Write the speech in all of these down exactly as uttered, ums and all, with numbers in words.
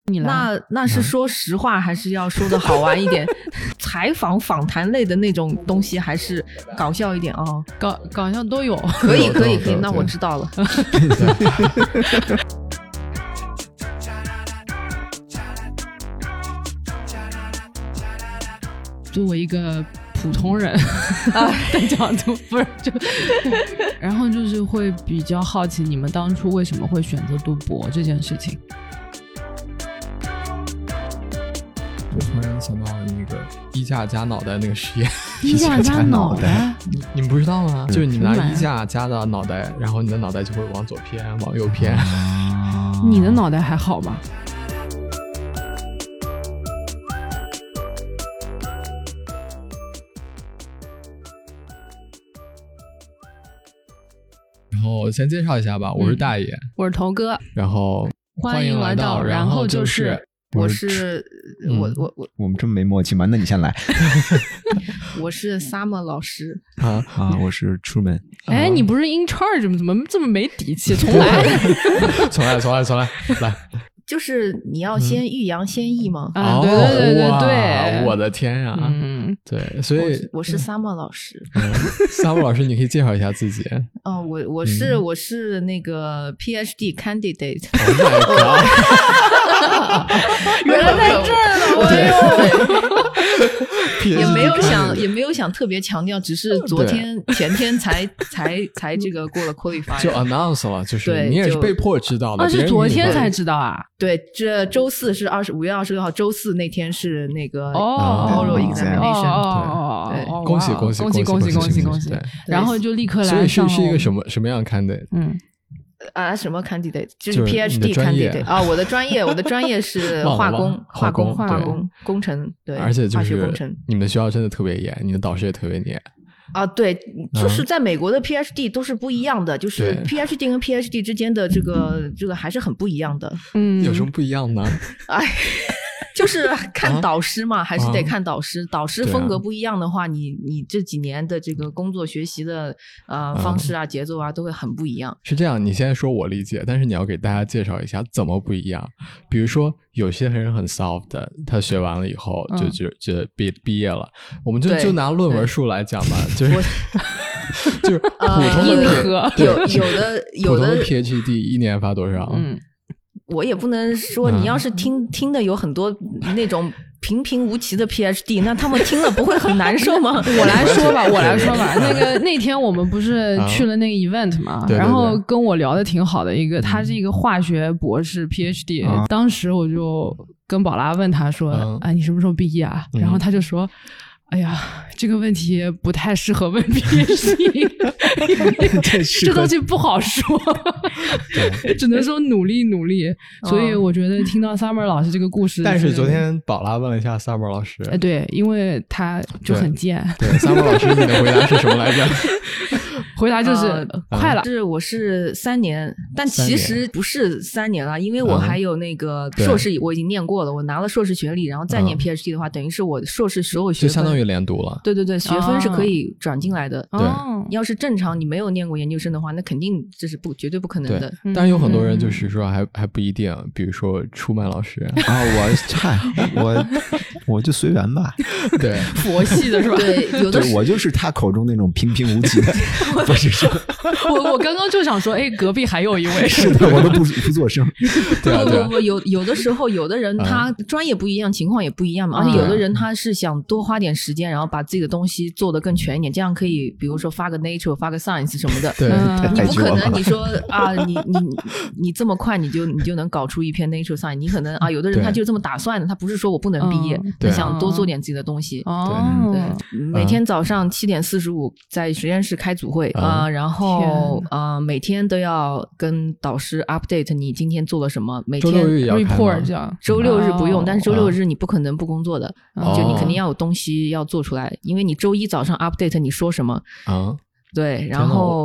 你那那是说实话还是要说的好玩一点？采访访谈类的那种东西还是搞笑一点哦？ 搞搞笑都有， 可以可以可以，那我知道了。 作为一个普通人的角度，不是就，然后就是会比较好奇你们当初为什么会选择读博这件事情。 我突然想到那个衣架夹脑袋那个实验。 衣架夹脑袋， 你你们不知道吗？就是你拿衣架夹到脑袋，然后你的脑袋就会往左偏，往右偏。 你的脑袋还好吗？ 然后先介绍一下吧，我是大爷，嗯、 我是头哥， 然后欢迎来到，然后就是。 我是、嗯、我我我我们这么没默契吗？那你先来。 我是 Summer 老师啊啊，我是 Truman。 哎，你不是 in charge 怎么怎么这么没底气？重来， 重来，重来，重来，来。 就是你要先欲扬先抑吗？ 嗯、啊，对对对对对， 我的天呀、啊！ 嗯， 对，所以我, 我是 Summer 老师。 嗯、Summer 老师，你可以介绍一下自己。 哦，我我是、嗯、我是那个 PhD candidate。原来在这儿了，我也没有想也没有想特别强调，只是昨天前天才才才这个过了 qualify， 就 announce 了，就是你也是被迫知道的。 啊，是昨天才知道啊？ 对，这周四是二十五月二十六号，周四那天是那个哦 oral examination， 哦对，恭喜恭喜恭喜恭喜恭喜恭喜！然后就立刻来上。 所以是是一个什么什么样的 candidate？ 嗯。啊，什么 candidate 就是 PhD candidate 啊，我的专业，我的专业是化工，化工，化工工程，对， 而且就是化学工程。 你们的学校真的特别严，你的导师也特别严啊。对，就是在美国的 PhD 都是不一样的，就是 PhD 跟 PhD 之间的这个这个还是很不一样的。 嗯， 有什么不一样呢？ 哎。就是看导师嘛、啊、还是得看导师、啊、导师风格不一样的话、啊、你你这几年的这个工作学习的呃方式啊、嗯、节奏啊都会很不一样。 是这样，你现在说我理解，但是你要给大家介绍一下怎么不一样。比如说有些人很 soft 的，他学完了以后就、嗯、就就毕毕业了，我们就就拿论文数来讲吧，就是就是普通的、 呃、有有的有的 PhD 一年发多少？ 嗯。我也不能说，你要是听、嗯、听的有很多那种平平无奇的 PhD， 那他们听了不会很难受吗？ 我来说吧，我来说吧。那个那天我们不是去了那个 event 嘛、啊，然后跟我聊的挺好的一个，他是一个化学博士 PhD、嗯。当时我就跟宝拉问他说：“嗯、啊，你什么时候毕业啊？”嗯、然后他就说。哎呀，这个问题不太适合问 PhD， 这东西不好说，只能说努力努力。所以我觉得听到 Summer 老师这个故事， 但是昨天宝拉问了一下 Summer 老师， 哎，对，因为他就很贱。 对, 对 ，Summer 老师，你的回答是什么来着？ 回答就是、呃、快了， 是我是三年，但其实不是三年了，因为我还有那个硕士，我已经念过了，我拿了硕士学历，然后再念 PhD 的话，嗯、等于是我硕士所有学分就相当于连读了。 对对对，学分是可以转进来的。 对、 哦，要是正常你没有念过研究生的话，那肯定这是不绝对不可能的。 但是有很多人就是说还、嗯、还不一定，比如说出曼老师啊，我嗨，我我就随缘吧。 对， 佛系的是吧？ 对，有的对我就是他口中那种平平无奇的，不是说。 我我刚刚就想说，哎，隔壁还有一位， 是的，我都不不作声。 对啊，对啊。 不不有有的时候，有的人他专业不一样，情况也不一样嘛。而且有的人他是想多花点时间，然后把自己的东西做得更全一点，这样可以，比如说发个 Nature， 发个 Science 什么的。 对， 你不可能你说啊，你你你这么快你就你就能搞出一篇 Nature Science， 你可能啊，有的人他就这么打算的，他不是说我不能毕业，他想多做点自己的东西。 哦， 对，每天早上七点四十五在实验室开组会啊，然后。呃，每天都要跟导师 update 你今天做了什么，每天 report 这样。 周六日不用，哦、但是周六日你不可能不工作的，哦、就你肯定要有东西要做出来，因为你周一早上 update 你说什么， 哦、 对，然后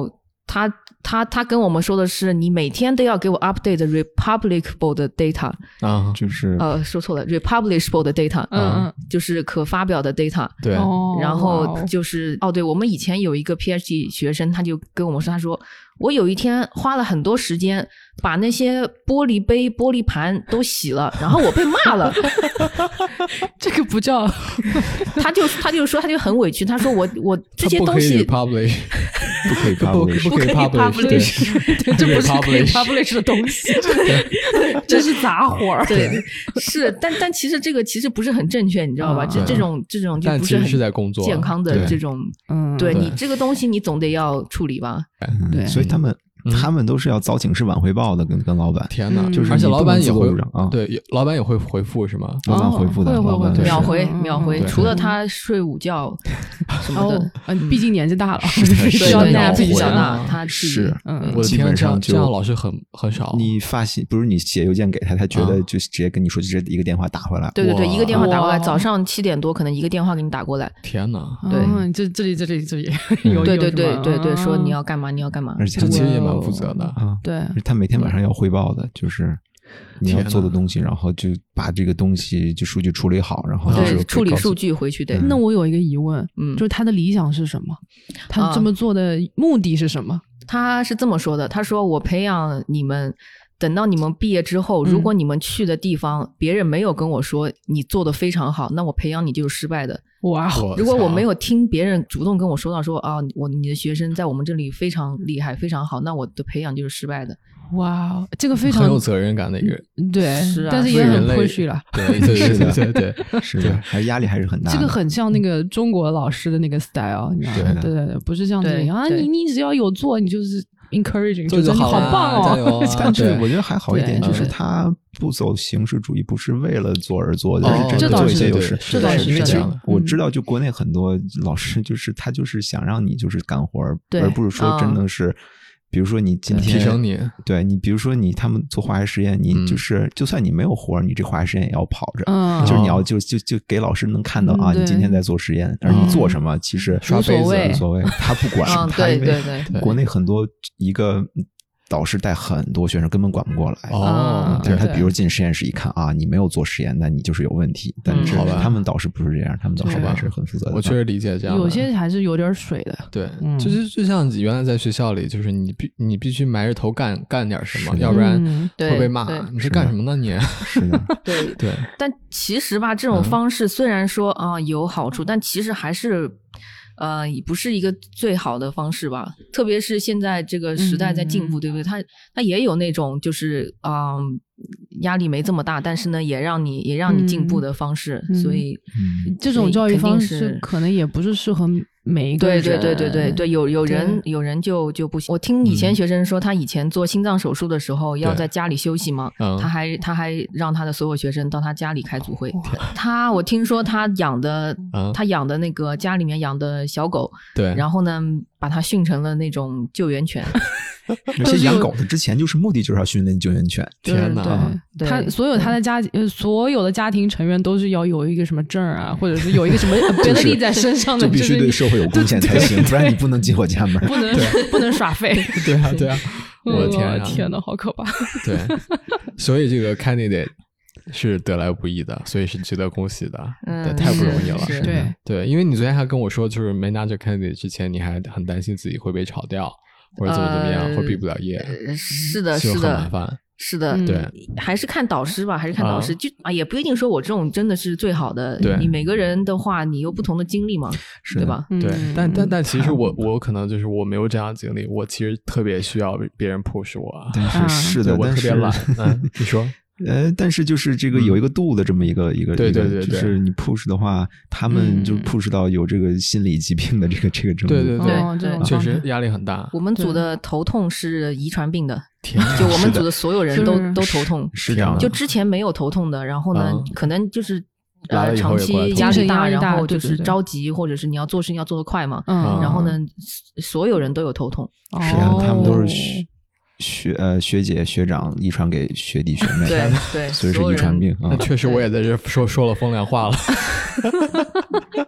他他他跟我们说的是，你每天都要给我 update republicable 的 data 啊， 就是呃说错了 republishable 的 data， 嗯嗯， 就是可发表的 data。 对， 哦、 然后就是哦，对，我们以前有一个 PhD 学生，他就跟我们说，他说我有一天花了很多时间把那些玻璃杯、玻璃盘都洗了，然后我被骂了。 这个不叫， 他就他就说他就很委屈，他说我我这些东西不可以 publish， 不可以 publish， 不可以 publish， 对，这不是可以 publish 的东西，这是杂活儿。 对，是，但但其实这个其实不是很正确，你知道吧？这这种这种就不是很健康的这种，嗯，对你这个东西你总得要处理吧？ 对， 所以他们。他们都是要早请示晚汇报的，跟跟老板。 天哪！ 就是而且老板也会啊， 对，老板也会回复是吗？ 老板回复的， 会会会秒回秒回，除了他睡午觉什么的， 嗯，毕竟年纪大了， 需要 nap 一下那他是， 嗯， 我的天，这样这样老师很很少。 你发信不是你写邮件给他，他觉得就直接跟你说，直接一个电话打回来。 对对对，一个电话打过来，早上七点多可能一个电话给你打过来。 天哪！ 对， 这这里这里这里有， 对对对对对，说你要干嘛你要干嘛， 而且其实也蛮负责的啊。 对， 他每天晚上要汇报的，就是你要做的东西，然后就把这个东西就数据处理好，然后就是处理数据回去。对， 那我有一个疑问，嗯，就是他的理想是什么？他这么做的目的是什么？ 他是这么说的，他说我培养你们。等到你们毕业之后，如果你们去的地方、嗯、别人没有跟我说你做的非常好，那我培养你就是失败的。 哇！ 如果我没有听别人主动跟我说到说啊，我你的学生在我们这里非常厉害非常好，那我的培养就是失败的。 哇，这个非常很有责任感的一个人， 对， 是啊， 但是也很 push 了， 对对对对对对， 是的，还压力还是很大的。 这个很像那个中国老师的那个 style， 你知道吗？对对对，不是像这样啊，你你只要有做，你就是 encouraging， 做就好， 好棒哦。 但是我觉得还好一点，就是他不走形式主义，不是为了做而做的，是真的做一些有事。 这倒是， 因为其实我知道，就国内很多老师，就是他就是想让你就是干活，而不是说真的是。比如说你今天提升你， 对你，比如说你他们做化学实验，你就是、嗯、就算你没有活，你这化学实验也要跑着， 嗯、 就是你要就就就给老师能看到、嗯、啊，你今天在做实验，而你做什么、嗯、其实刷杯子无所谓，他不管， 嗯、 他因为对对对国内很多一个。导师带很多学生根本管不过来哦， 但是他比如进实验室一看啊，你没有做实验，那你就是有问题。但是他们导师不是这样，他们导师还是很负责的。 我确实理解这样， 有些还是有点水的。 对，嗯、就是就像原来在学校里，就是你必你必须埋着头干干点什么，要不然会被骂。 嗯、 你是干什么呢？你是的， 对对。 但其实吧，这种方式虽然说啊、呃、有好处，但其实还是。呃，不是一个最好的方式吧？特别是现在这个时代在进步，嗯、对不对？它它也有那种就是嗯、呃、压力没这么大，但是呢也让你也让你进步的方式， 嗯、 所以、 嗯、这种教育方式可能也不是适合每一个人。 对对对对对对，有有人有人就就不行。我听以前学生说，他以前做心脏手术的时候要在家里休息嘛，他还他还让他的所有学生到他家里开组会。他我听说他养的、嗯、他养的那个家里面养的小狗， 对， 然后呢把它训成了那种救援犬。 而且养狗的之前就是目的就是要训练救援犬。 天哪！ 对，他所有他的家呃所有的家庭成员都是要有一个什么证啊，或者是有一个什么别的力在身上的， 就必须对社会有贡献才行，不然你不能进我家门， 不能不能耍废。 对啊对啊，我的天啊！ 天哪，好可怕！ 对，所以这个 candidate 是得来不易的，所以是值得恭喜的， 嗯、 对，太不容易了。 对对，因为你昨天还跟我说，就是没拿着 candidate 之前，你还很担心自己会被炒掉。或者怎么怎么样， 呃、 会毕不了业， 是的，是的， 很麻烦， 是的， 对， 还是看导师吧，还是看导师，啊就啊，也不一定说我这种真的是最好的， 对， 你每个人的话，你有不同的经历嘛，对吧？ 对，嗯、但但但其实我我可能就是我没有这样的经历，我其实特别需要别人 push 我， 但是是的， 我特别懒，嗯，你说。 呃，但是就是这个有一个度的这么一个、嗯、一个， 对对 对, 对， 就是你 push 的话，他们就 push 到有这个心理疾病的这个、嗯、这个程度， 对对对， 哦、对确实压力很大。 我们组的头痛是遗传病的，就我们组的所有人都都头痛， 是这样的。 就之前没有头痛的，然后呢，嗯、可能就是呃长期压力大， 然后就是着急，或者是你要做事情要做得快嘛， 嗯， 然后呢，所有人都有头痛， 是啊，他们都是。学呃学姐学长遗传给学弟学妹， 对对， 所以是遗传病。 那、嗯、确实我也在这说说了风凉话了。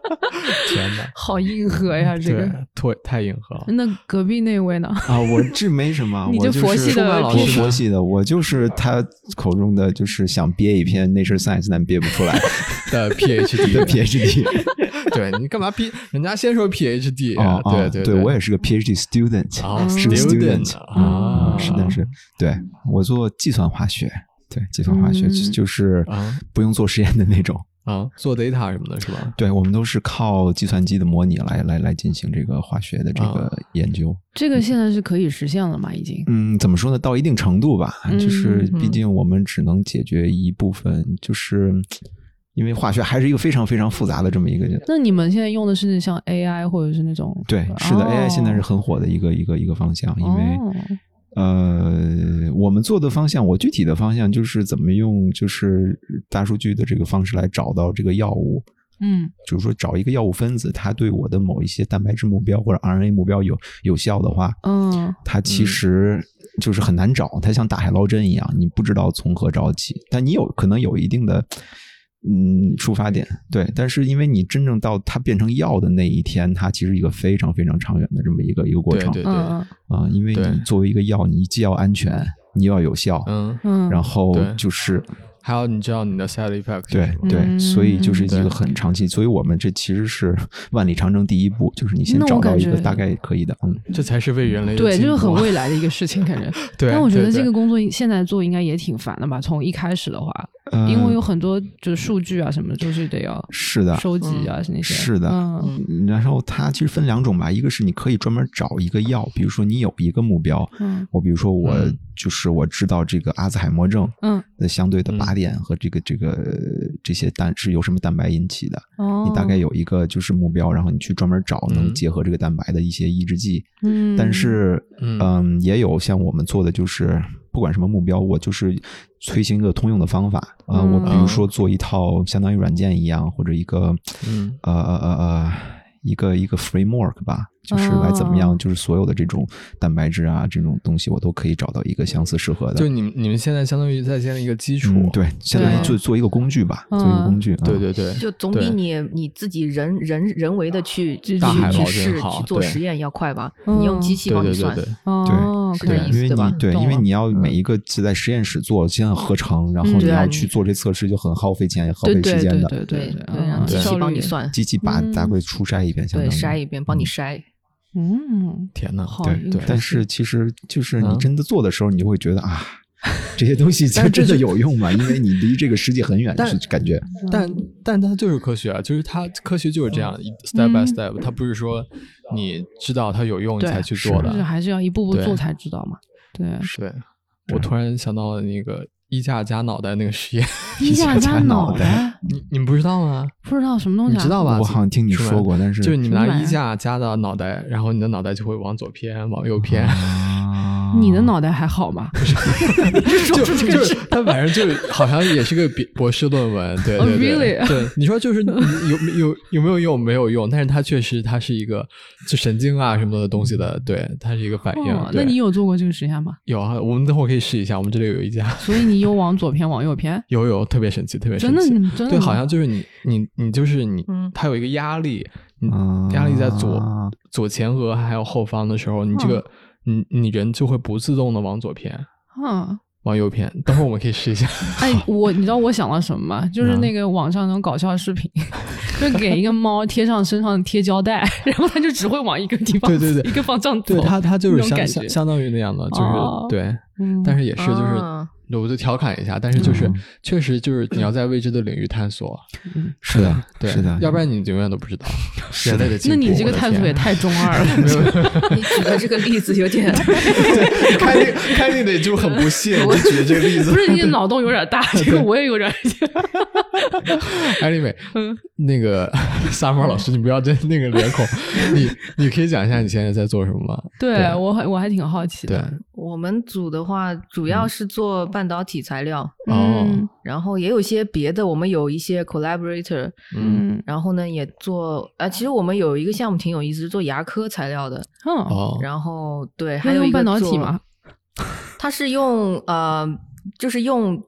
天哪， 好硬核呀！这个对，太硬核了。 那隔壁那位呢？ 啊，我这没什么， 你就佛系的， 我佛系的，我就是他口中的就是想憋一篇 Nature Science 但憋不出来的 PhD 的 PhD。 对，你干嘛 P？ 人家先说 PhD 啊， 哦、对对对， 对， 我也是个 PhD student，、 哦、 是个 student 啊， 是的是，对我做计算化学，对，计算化学、嗯、就是不用做实验的那种。 啊，做 data 什么的是吧？ 对，我们都是靠计算机的模拟来来来进行这个化学的这个研究。啊、 这个现在是可以实现了吗？已经？ 嗯，怎么说呢？到一定程度吧， 嗯、 就是毕竟我们只能解决一部分，嗯、就是因为化学还是一个非常非常复杂的这么一个。 那你们现在用的是像 A I 或者是那种？ 对，是的、 哦、 ，A I 现在是很火的一个一个一个方向，因为。 哦呃，我们做的方向，我具体的方向就是怎么用就是大数据的这个方式来找到这个药物， 嗯， 就是说找一个药物分子，它对我的某一些蛋白质目标或者 R N A 目标有有效的话， 嗯， 它其实就是很难找，它像大海捞针一样，你不知道从何找起，但你有可能有一定的。嗯，出发点对，但是因为你真正到它变成药的那一天，它其实一个非常非常长远的这么一个一个过程。 对对对啊、呃，因为你作为一个药，你既要安全，你又要有效， 嗯嗯， 然后就是还有你知道你的 side effect。 对对、嗯，所以就是一个很长期，所以我们这其实是万里长征第一步，就是你先找到一个大概可以的，嗯， 这才是为人类的对，这个很未来的一个事情，感觉。 对， 但我觉得这个工作现在做应该也挺烦的吧？从一开始的话。 呃、 因为有很多就是数据啊什么都是得要是的收集啊、嗯、那些是的嗯， 然后它其实分两种吧，一个是你可以专门找一个药，比如说你有一个目标， 嗯， 我比如说我、嗯、就是我知道这个阿兹海默症嗯的相对的靶点和这个、嗯、这个这些蛋是由什么蛋白引起的， 哦， 你大概有一个就是目标，然后你去专门找能结合这个蛋白的一些抑制剂， 嗯， 但是嗯、呃、也有像我们做的就是不管什么目标，我就是推行一个通用的方法啊、呃嗯， 我比如说做一套相当于软件一样，或者一个嗯呃呃呃呃一个一个 framework 吧，就是来怎么样， 哦、 就是所有的这种蛋白质啊这种东西，我都可以找到一个相似适合的。 就你们你们现在相当于在建立一个基础， 嗯、对，相当于做做一个工具吧， 嗯、 做一个工具。嗯、 对对对， 就总比你你自己人人人为的去去去试去做实验要快吧？ 嗯、 你用机器帮你算， 对对对哦， 是这意思对吧？对，因为你要每一个是在实验室做，先要合成，然后你要去做这测试，就很耗费钱、耗费时间的。 对对对对，让机器帮你算， 机器把大概初筛一遍，相当于对筛一遍，帮你筛。 嗯， 天哪， 对对，但是其实就是你真的做的时候，你就会觉得啊，这些东西就真的有用吗？因为你离这个世界很远，是感觉。 但但它就是科学啊，就是它科学就是这样，step by step，它不是说你知道它有用你才去做的， 是还是要一步步做才知道嘛。对， 对。我突然想到了那个衣架加脑袋那个实验， 衣架加脑袋， 你你们不知道吗？ 不知道什么东西、啊， 你知道吧？ 我好像听你说过，但是就是你拿衣架加到脑袋，然后你的脑袋就会往左偏，往右偏。 啊、 你的脑袋还好吗？ 就就是他反正就好像也是个博士论文，对对对。 Oh, really? 对，你说就是有有有没有用？没有用，但是它确实它是一个就神经啊什么的东西的，对，它是一个反应。 哦、那你有做过这个实验吗？ 有啊，我们等会儿可以试一下，我们这里有一架。 所以你有往左偏，往右偏？ 有有，特别神奇，特别神奇。 真的真的。 对，好像就是你你你就是你， 嗯、 它有一个压力，嗯，压力在左、啊、左前额还有后方的时候，你这个。嗯你你人就会不自动的往左偏， 嗯， 往右偏。等会儿我们可以试一下。 哎，我你知道我想到什么吗？就是那个网上那种搞笑视频，嗯、就给一个猫贴上身上贴胶带，然后它就只会往一个地方， 对对对， 一个方向走。 对，它它就是相相相当于那样的，就是、哦、对、 嗯， 但是也是就是。 哦我就调侃一下，但是就是、嗯、确实就是你要在未知的领域探索， 嗯、是的， 对， 是的， 要不然你永远都不知道人类的进步。 那你这个探索也太中二了， 你举的这个例子有点， 开定开定的就很不屑，你举的这个例子不是你脑洞有点大，这个我也有点。 anyway，、嗯、那个萨摩老师，你不要真那个脸孔，你你可以讲一下你现在在做什么吗？ 对, 对我还我还挺好奇的。 对， 我们组的话主要是做半导体材料， 哦、 嗯，然后也有一些别的，我们有一些 collaborator， 嗯， 然后呢也做啊，其实我们有一个项目挺有意思，是做牙科材料的， 哦， 然后对，还有一个半导体嘛， 它是用呃，就是用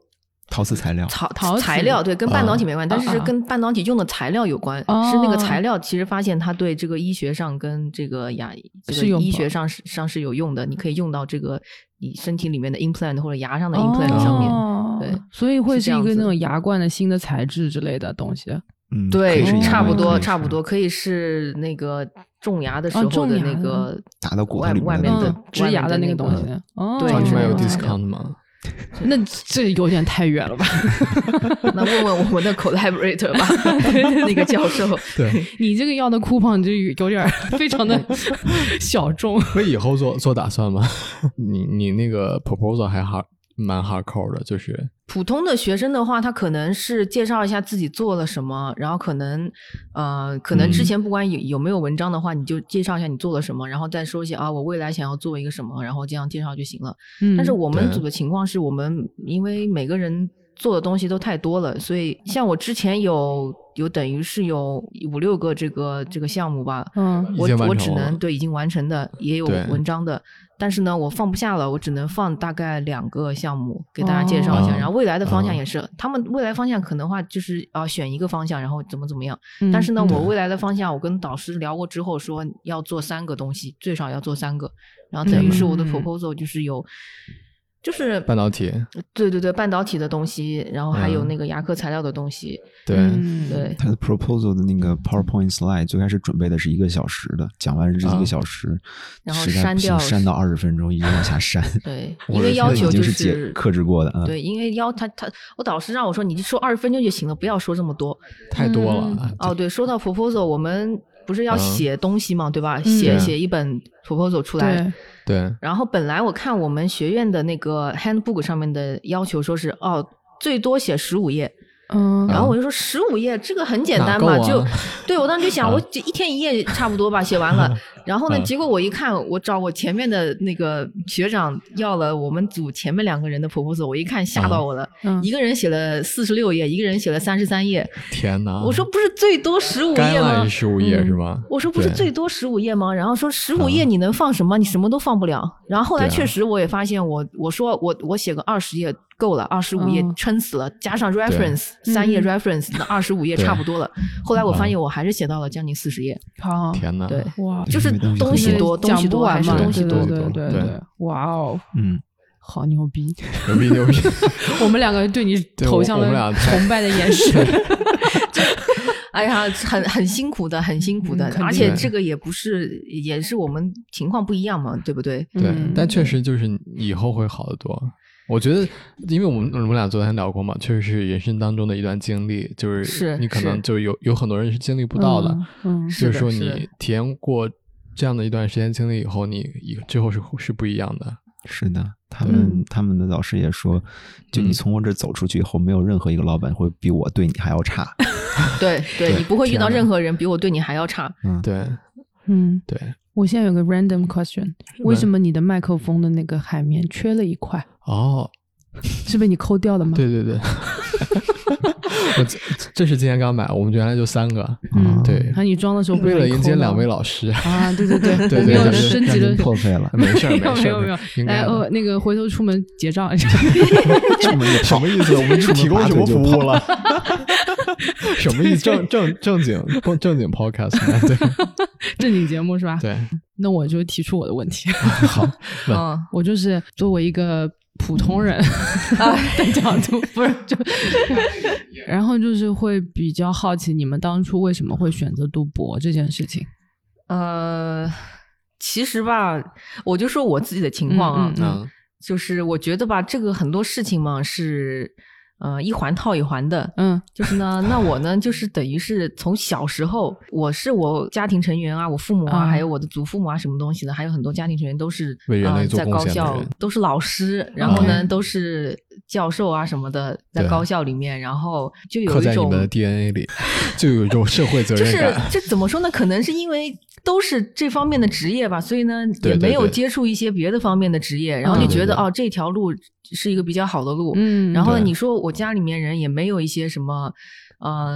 陶瓷材料， 陶陶材料对，跟半导体没关系， 啊、 但是是跟半导体用的材料有关。 啊、 是那个材料，其实发现它对这个医学上跟这个牙这个医学上是上是有用的，你可以用到这个你身体里面的 implant 或者牙上的 implant 上面。 哦、 对， 所以会是一个那种牙冠的新的材质之类的东西。 嗯， 对，差不多， 可差不多，可以是那个种牙的时候的那个、 哦、 打到骨头里面外面的、 嗯、植牙的那个东西。 哦， 对， 你们有 discount 吗？ 那这有点太远了吧？ 那问问我们的 collaborator 吧，那个教授。 对， 你这个要的 coupon 就有点非常的小众。 所以以后做做打算吗？你你那个 proposal 还好。蛮 hardcore 的，就是普通的学生的话，他可能是介绍一下自己做了什么，然后可能呃，可能之前不管有、嗯、有没有文章的话，你就介绍一下你做了什么，然后再说一些啊，我未来想要做一个什么，然后这样介绍就行了。嗯，但是我们组的情况是我们因为每个人做的东西都太多了，所以像我之前有有等于是有五六个这个这个项目吧， 嗯， 我我只能对已经完成的，也有文章的。但是呢，我放不下了，我只能放大概两个项目给大家介绍一下，哦、然后未来的方向也是，哦、他们未来方向可能的话就是啊、呃、选一个方向，然后怎么怎么样。嗯、但是呢，我未来的方向，我跟导师聊过之后说要做三个东西，最少要做三个，然后等于是我的 proposal 就是有。就是半导体， 对对对，半导体的东西，然后还有那个牙科材料的东西。 嗯、对、 嗯、对， 他的 proposal 的那个 PowerPoint slide 最开始准备的是一个小时的，讲完是一个小时， 啊、然后删掉， 删到二十分钟，一直往下删。 对，因为要求就是是克制过的。嗯、 对，因为要他他我导师让我说，你就说二十分钟就行了，不要说这么多， 太多了。 嗯、哦，对，说到 proposal， 我们不是要写东西嘛，嗯、对吧？ 嗯、 写写一本 proposal 出来。 对对， 然后本来我看我们学院的那个 handbook 上面的要求说是哦，最多写十五页。嗯，然后我就说十五页这个很简单嘛， 啊、 就对我当时就想，我一天一页差不多吧，写完了。然后呢，结果我一看，我找我前面的那个学长要了我们组前面两个人的 proposal， 我一看吓到我了，嗯、一个人写了四十六页，一个人写了三十三页。 天哪！ 我说不是最多十五页吗？ 十五页是吗？ 我说不是最多十五页吗？然后说十五页你能放什么？你什么都放不了。然后后来确实我也发现我，我我说我我写个二十页。够了，二十五页撑死了，加上 reference 三页 reference，那二十五页差不多了。后来我发现我还是写到了将近四十页。 好， 天哪！ 对， 哇， 就是东西多，东西多还是东西多， 对对对对，哇哦， 嗯， 好牛逼， 牛逼牛逼！ 我们两个对你投向了崇拜的眼神。 哎呀，很很辛苦的，很辛苦的，而且这个也不是，也是我们情况不一样嘛，对不对？ 对，但确实就是以后会好得多。我觉得，因为我们我们俩昨天聊过嘛，确实是人生当中的一段经历，就是你可能就有有很多人是经历不到的， 嗯， 就是说你体验过这样的一段时间经历以后，你最后是是不一样的。 是的，他们他们的老师也说，就你从我这走出去以后，没有任何一个老板会比我对你还要差。 对对，你不会遇到任何人比我对你还要差。 嗯，对， 嗯， 对。 我现在有个 random question， 为什么你的麦克风的那个海绵缺了一块？ 哦， 是被你抠掉的吗？ 对对对。我这这是今天刚买，我们原来就三个， 嗯， 对。 然后你装的时候不是为了迎接两位老师啊，对对对， 对没有升级了， 破费了， 没事没事， 没有没有。来，呃，那个回头出门结账一下。 什么意思？我们提供什么服务了？什么意思？正正正经正经 podcast 对， 正经节目是吧？ 对。 那我就提出我的问题。 好， 嗯，我就是作为一个普通人的角度，不是就，然后就是会比较好奇你们当初为什么会选择读博这件事情。 呃，其实吧，我就说我自己的情况啊， 嗯嗯嗯、就是我觉得吧，这个很多事情嘛是。呃，一环套一环的， 嗯， 就是呢，那我呢，就是等于是从小时候，我是我家庭成员啊，我父母啊，嗯、还有我的祖父母啊，什么东西的，还有很多家庭成员都是为人类做呃、在高校都是老师，然后呢，嗯、都是教授啊什么的，在高校里面，然后就有一种刻在你们的 D N A 里，就有一种社会责任感。 就是这怎么说呢？可能是因为都是这方面的职业吧，所以呢，也没有接触一些别的方面的职业， 对对对， 然后就觉得哦，这条路是一个比较好的路。 嗯， 然后呢，你说我家里面人也没有一些什么，嗯、呃，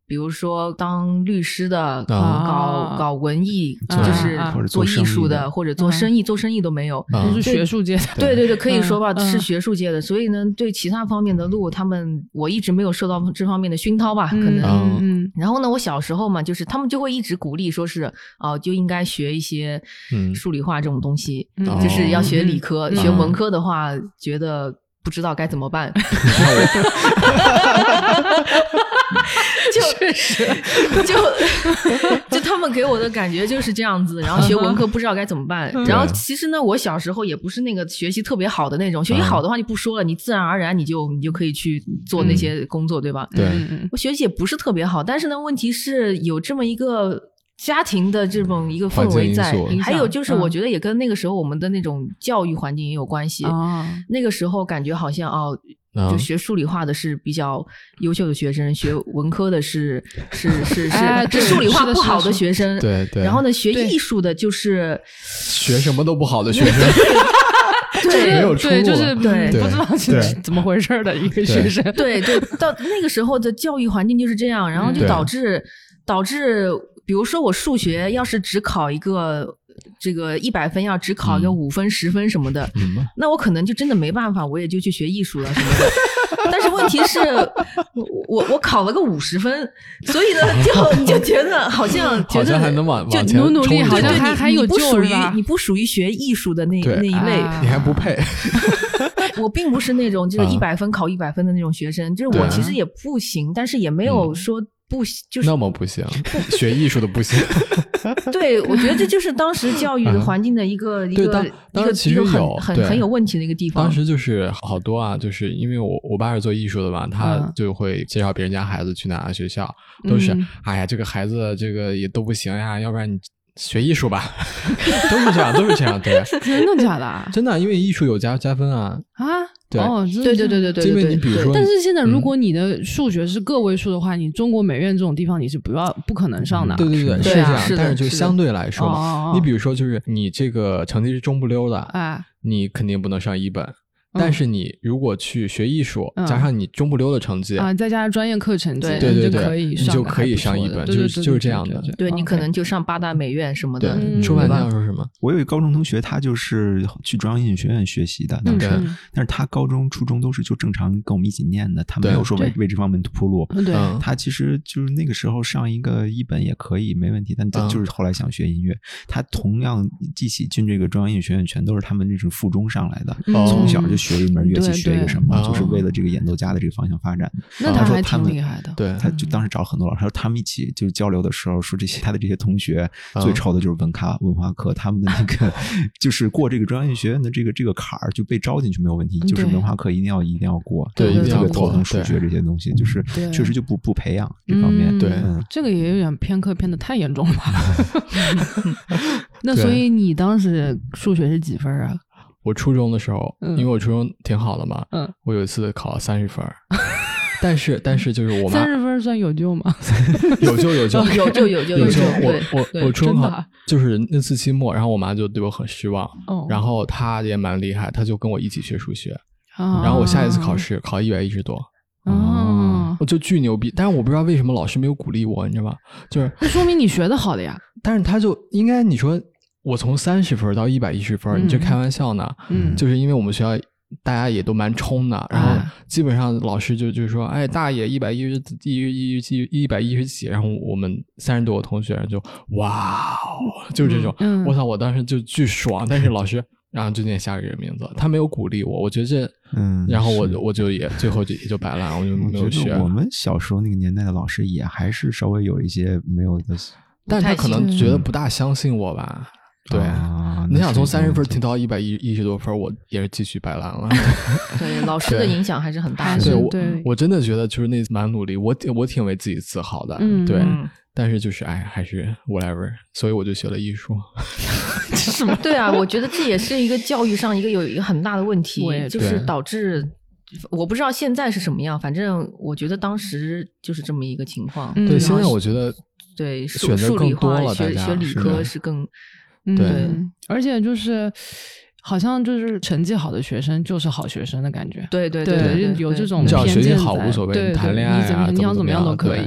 比如说当律师的，啊、搞搞文艺，啊、就是做艺术的，啊、或者做生意，啊、做生意都没有， 都、啊、是学术界的。 对对对，可以说吧，嗯、是学术界的。所以呢，对其他方面的路，他们我一直没有受到这方面的熏陶吧，可能。 嗯嗯。 然后呢，我小时候嘛，就是他们就会一直鼓励，说是哦、呃，就应该学一些数理化这种东西，嗯、就是要学理科，嗯、学文科的话，嗯、觉得不知道该怎么办。就确实， 就就他们给我的感觉就是这样子，然后学文科不知道该怎么办。 嗯、 然后其实呢，我小时候也不是那个学习特别好的那种，学习好的话就不说了，你自然而然你就你就可以去做那些工作，嗯、对吧？ 对， 我学习也不是特别好，但是呢，问题是有这么一个家庭的这种一个氛围在，还有就是我觉得也跟那个时候我们的那种教育环境也有关系。 嗯、 那个时候感觉好像哦。就学数理化的是比较优秀的学生，学文科的是是是是、哎、是数理化不好的学生， 对对。 然后呢，学艺术的就是学什么都不好的学生， 对， 没有出路， 对，就是对， 不知道是怎么回事的一个学生， 对对。到那个时候的教育环境就是这样，然后就导致、嗯、导致，比如说我数学要是只考一个。这个一百分要只考一个五分、十、嗯、分什么的、嗯，那我可能就真的没办法，我也就去学艺术了什么的。但是问题是，我我考了个五十分，所以呢，就你就觉得好像好像还能往就往前努努力，好像还还有救是吧？你不属于学艺术的那那一类、 啊，你还不配。 我并不是那种就是一百分考一百分的那种学生，就是我其实也不行，但是也没有说。不就是那么不行，学艺术的不行。 对，我觉得这就是当时教育的环境的一个、嗯、一个当当时其实有很很很有问题的一个地方。 当时就是好多啊，就是因为我我爸是做艺术的嘛，他就会介绍别人家孩子去哪个学校，嗯、都是哎呀这个孩子这个也都不行呀，要不然你学艺术吧。都是这样，都是这样，对。 真的假的？ 真的，因为艺术有加加分啊啊。 对、 哦、 对对对对对， 因为你比如说， 但是现在如果你的数学是个位数的话，嗯、你中国美院这种地方你是不要不可能上的。 对对对， 是这样。 是但是就相对来说嘛， 哦、 你比如说就是你这个成绩是中不溜的， 哎， 你肯定不能上一本。但是你如果去学艺术， 嗯、 加上你中不溜的成绩啊，再加上专业课成绩， 对对对， 可以你就可以上一本，就是就是这样的。 对，你可能就上八大美院什么的。 对，你说半天要说什么？ 我有一个高中同学，他就是去中央音乐学院学习的，当时， 嗯、 但是他高中、初中都是就正常跟我们一起念的，他没有说为为这方面铺路。 对， 他其实就是那个时候上一个一本也可以，没问题，但他就是后来想学音乐。嗯、他同样一起进这个中央音乐学院，全都是他们这种附中上来的， 嗯、 从小就学了一门乐器。学一个什么， 哦、 就是为了这个演奏家的这个方向发展的。 那他还挺厉害的。 对， 他就当时找了很多老师，他说他们一起就是交流的时候，说这些他的这些同学、 嗯、 最臭的就是文科文化课，他们的那个就是过这个中央音乐学院的这个这个坎儿就被招进去没有问题，就是文化课一定要一定要过， 对， 特别头疼数学这些东西，就是确实就不不培养这方面。 嗯、 对、 嗯，这个也有点偏科偏的太严重了吧？那所以你当时数学是几分啊？ 我初中的时候， 嗯、 因为我初中挺好的嘛， 嗯， 我有一次考了三十分，但是但是就是我妈三十分算有救吗？ 有救有救有救有救有救！ 我我我初中考就是那次期末，然后我妈就对我很失望， 哦、 然后她也蛮厉害，她就跟我一起学数学， 哦、 然后我下一次考试考一百一十多。 哦， 我就巨牛逼，但是我不知道为什么老师没有鼓励我，你知道吗？就是那说明你学的好的呀。 但是他就应该你说。我从三十分到一百一十分， 嗯、 你这开玩笑呢？ 嗯， 就是因为我们学校大家也都蛮冲的，然后基本上老师就就是说，哎，大爷一百一十一一一百一十几，然后我们三十多个同学就哇哦，就是这种， 嗯、 我操，我当时就巨爽，但是老师然后就念下一个人名字，他没有鼓励我，我觉得这， 嗯， 然后我我就也最后就也就摆烂，我就没有学。 我们小时候那个年代的老师也还是稍微有一些没有的， 但他可能觉得不大相信我吧。对， 啊、 你想从三十分提到一百一十多分，我也是继续摆烂了。 对，老师的影响还是很大的。 对，我对我真的觉得就是那次蛮努力，我我挺为自己自豪的。 嗯、 对，但是就是哎，还是 whatever， 所以我就学了艺术。 什么？对啊，我觉得这也是一个教育上一个有一个很大的问题，就是导致我不知道现在是什么样，反正我觉得当时就是这么一个情况。 对，现在我觉得对选择更多了， 学学理科是更。 对、 嗯，而且就是好像就是成绩好的学生就是好学生的感觉。 对对对， 对对对有这种只要学习好偏见无所谓， 对谈恋爱啊， 你想怎么样都可以。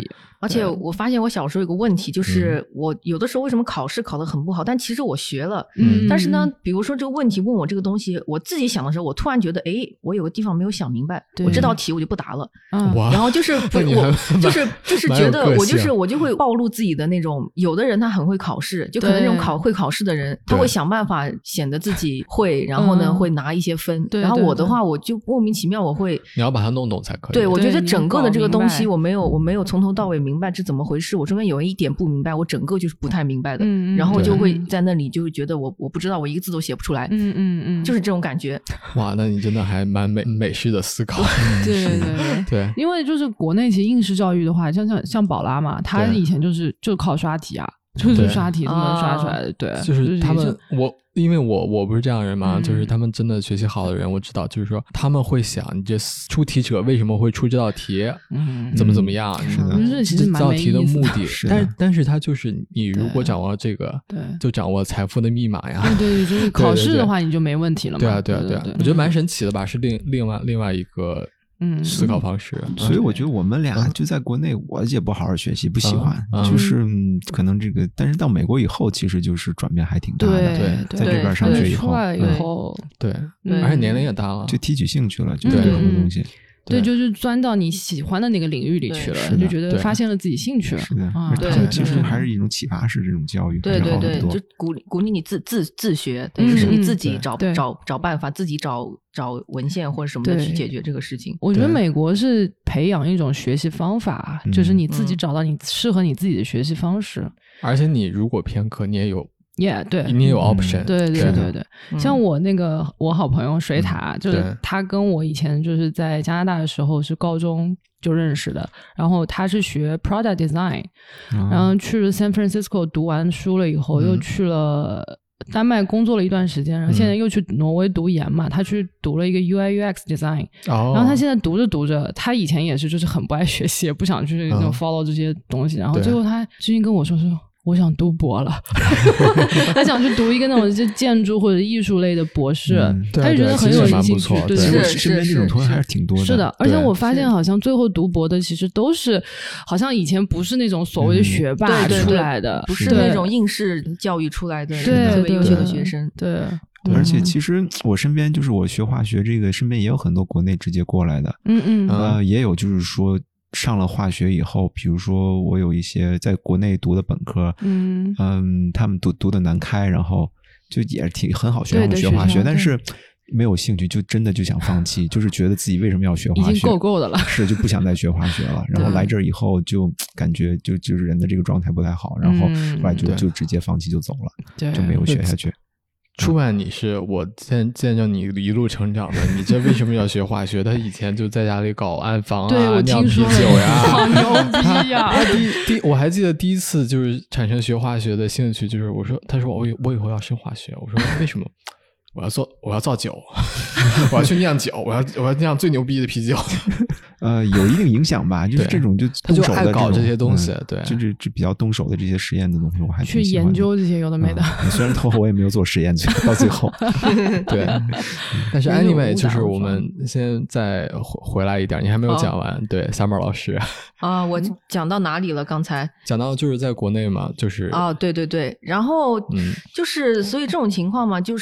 而且我发现我小时候有个问题，就是我有的时候为什么考试考得很不好，但其实我学了，嗯，但是呢，比如说这个问题问我这个东西，我自己想的时候，我突然觉得，哎，我有个地方没有想明白，我这道题我就不答了，嗯，然后就是不我就是就是觉得我就是我就会暴露自己的那种，有的人他很会考试，就可能那种考会考试的人，他会想办法显得自己会，然后呢、嗯、会拿一些分，然后我的话我就莫名其妙我会， 你要把它弄懂才可以。 对，我觉得整个的这个东西我没有我没有从头到尾明白这怎么回事，我中间有一点不明白，我整个就是不太明白的，嗯、然后就会在那里就会觉得我我不知道，我一个字都写不出来，嗯嗯嗯，就是这种感觉。 哇，那你真的还蛮美美式的思考。 对对对对， 因为就是国内其实应试教育的话，像像像宝拉嘛，他以前就是就靠刷题啊。就是刷题这么刷出来的，对， 就是他们，我因为我我不是这样的人嘛、嗯，就是他们真的学习好的人，我知道，就是说他们会想，你这出题者为什么会出这道题，嗯，怎么怎么样， 是的，这道题的目的， 是但是但是它就是你如果掌握这个，对，就掌握财富的密码呀， 对对，就是考试的话你就没问题了嘛， 对啊对啊对啊，我觉得蛮神奇的吧，是另另外另外一个。嗯，思考方式、 嗯，所以我觉得我们俩就在国内，我也不好好学习，不喜欢，嗯、就是、嗯、可能这个，但是到美国以后，其实就是转变还挺大的。 对， 在这边上学以后， 出来以后， 对，对而且年龄也大了， 就提起兴趣了，就对很多东西。 对，就是钻到你喜欢的那个领域里去了，就觉得发现了自己兴趣了。 是的， 啊、 对， 其实还是一种启发式这种教育， 对对对，就鼓励鼓励你自自自学，等于是你自己找找找办法，自己找找文献或者什么的去解决这个事情。 我觉得美国是培养一种学习方法，就是你自己找到你适合你自己的学习方式。 而且你如果偏科，你也有。 Yeah， 对， 你也有 option，、 嗯、对对对对对、嗯，像我那个我好朋友水塔、嗯，就是他跟我以前就是在加拿大的时候是高中就认识的，然后他是学 product design，、嗯、然后去了 San Francisco 读完书了以后，嗯、又去了丹麦工作了一段时间，然后现在又去挪威读研嘛，他去读了一个 U I U X design，、哦、然后他现在读着读着，他以前也是就是很不爱学习，也不想去那种 follow 这些东西，嗯、然后最后他最近跟我说说。我想读博了他想去读一个那种就建筑或者艺术类的博士、嗯、他就觉得很有兴趣， 对，是是身边这种同学还是挺多的， 是的，而且我发现好像最后读博的其实都是好像以前不是那种所谓的学霸出来的、 嗯、不是那种应试教育出来的特别优秀的学生， 对， 对，而且其实我身边就是我学化学这个身边也有很多国内直接过来的，嗯嗯，呃，也有就是说上了化学以后，比如说我有一些在国内读的本科，嗯嗯，他们读读的南开，然后就也挺很好学，然后学化学，但是没有兴趣，就真的就想放弃，就是觉得自己为什么要学化学， 已经够够的了， 是就不想再学化学了。然后来这儿以后就感觉就就是人的这个状态不太好，然后后来就、嗯、就直接放弃就走了，就没有学下去。 初版你是我见见着你一路成长的，你这为什么要学化学？他以前就在家里搞暗房啊，酿啤酒呀， 好牛逼呀！ 他第第我还记得第一次就是产生学化学的兴趣，就是我说，他说我我以后要升化学，我说为什么？我要做，我要造酒，我要去酿酒，我要我要酿最牛逼的啤酒。 呃，有一定影响吧，就是这种就动手的他就爱搞这些东西，嗯、对， 就是就比较动手的这些实验的东西，我还挺去研究这些有的没的。 嗯、虽然头我也没有做实验，到最后， 对。但是 anyway， 就是我们现在回来一点，你还没有讲完，哦、对 ，Summer 老师啊，我讲到哪里了？刚才讲到就是在国内嘛，就是哦，对对对，然后嗯，就是所以这种情况嘛，就是。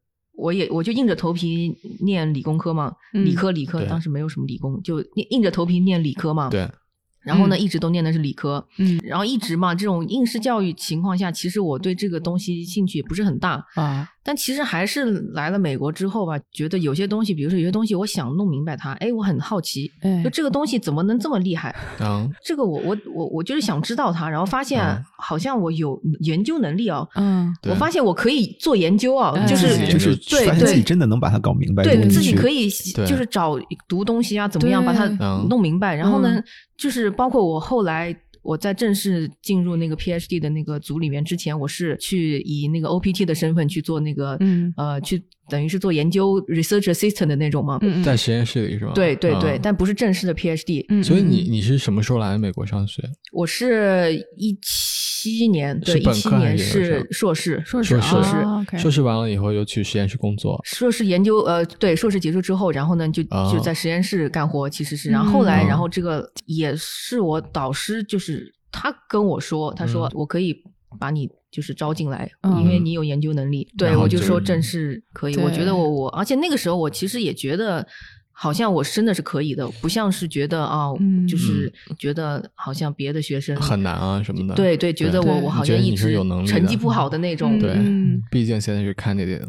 我也我就硬着头皮念理工科嘛，嗯、理科理科当时没有什么理工，就硬着头皮念理科嘛。 对。 然后呢、嗯，一直都念的是理科，嗯，然后一直嘛，这种应试教育情况下，其实我对这个东西兴趣也不是很大啊。但其实还是来了美国之后吧，觉得有些东西，比如说有些东西，我想弄明白它，哎，我很好奇，哎，就这个东西怎么能这么厉害？嗯，这个我我我我就是想知道它，然后发现好像我有研究能力啊，嗯，我发现我可以做研究啊，嗯、就是就是对发现自己真的能把它搞明白， 对自己可以就是找读东西啊，怎么样把它弄明白，然后呢。嗯就是包括我后来我在正式进入那个 P H D 的那个组里面之前，我是去以那个 O P T 的身份去做那个，嗯，呃，去等于是做研究 research assistant 的那种嘛， 嗯、在实验室里是吧？ 对对对、嗯，但不是正式的 P H D。 所以你你是什么时候来美国上学？ 我是一七。 七年，对，一七年是硕士， 硕士， 硕士， 啊 okay 硕士完了以后又去实验室工作。 硕士研究，呃，对，硕士结束之后，然后呢就、 哦、 就在实验室干活，其实是，然后后来，嗯、然后这个也是我导师，就是他跟我说，他说我可以把你就是招进来，嗯、因为你有研究能力。对，我就说正式可以，我觉得我我，而且那个时候我其实也觉得。好像我真的是可以的，不像是觉得啊、嗯，就是觉得好像别的学生很难啊什么的。 对对，觉得我我好像一直成绩不好的那种。 对， 嗯、 毕竟现在是 candidate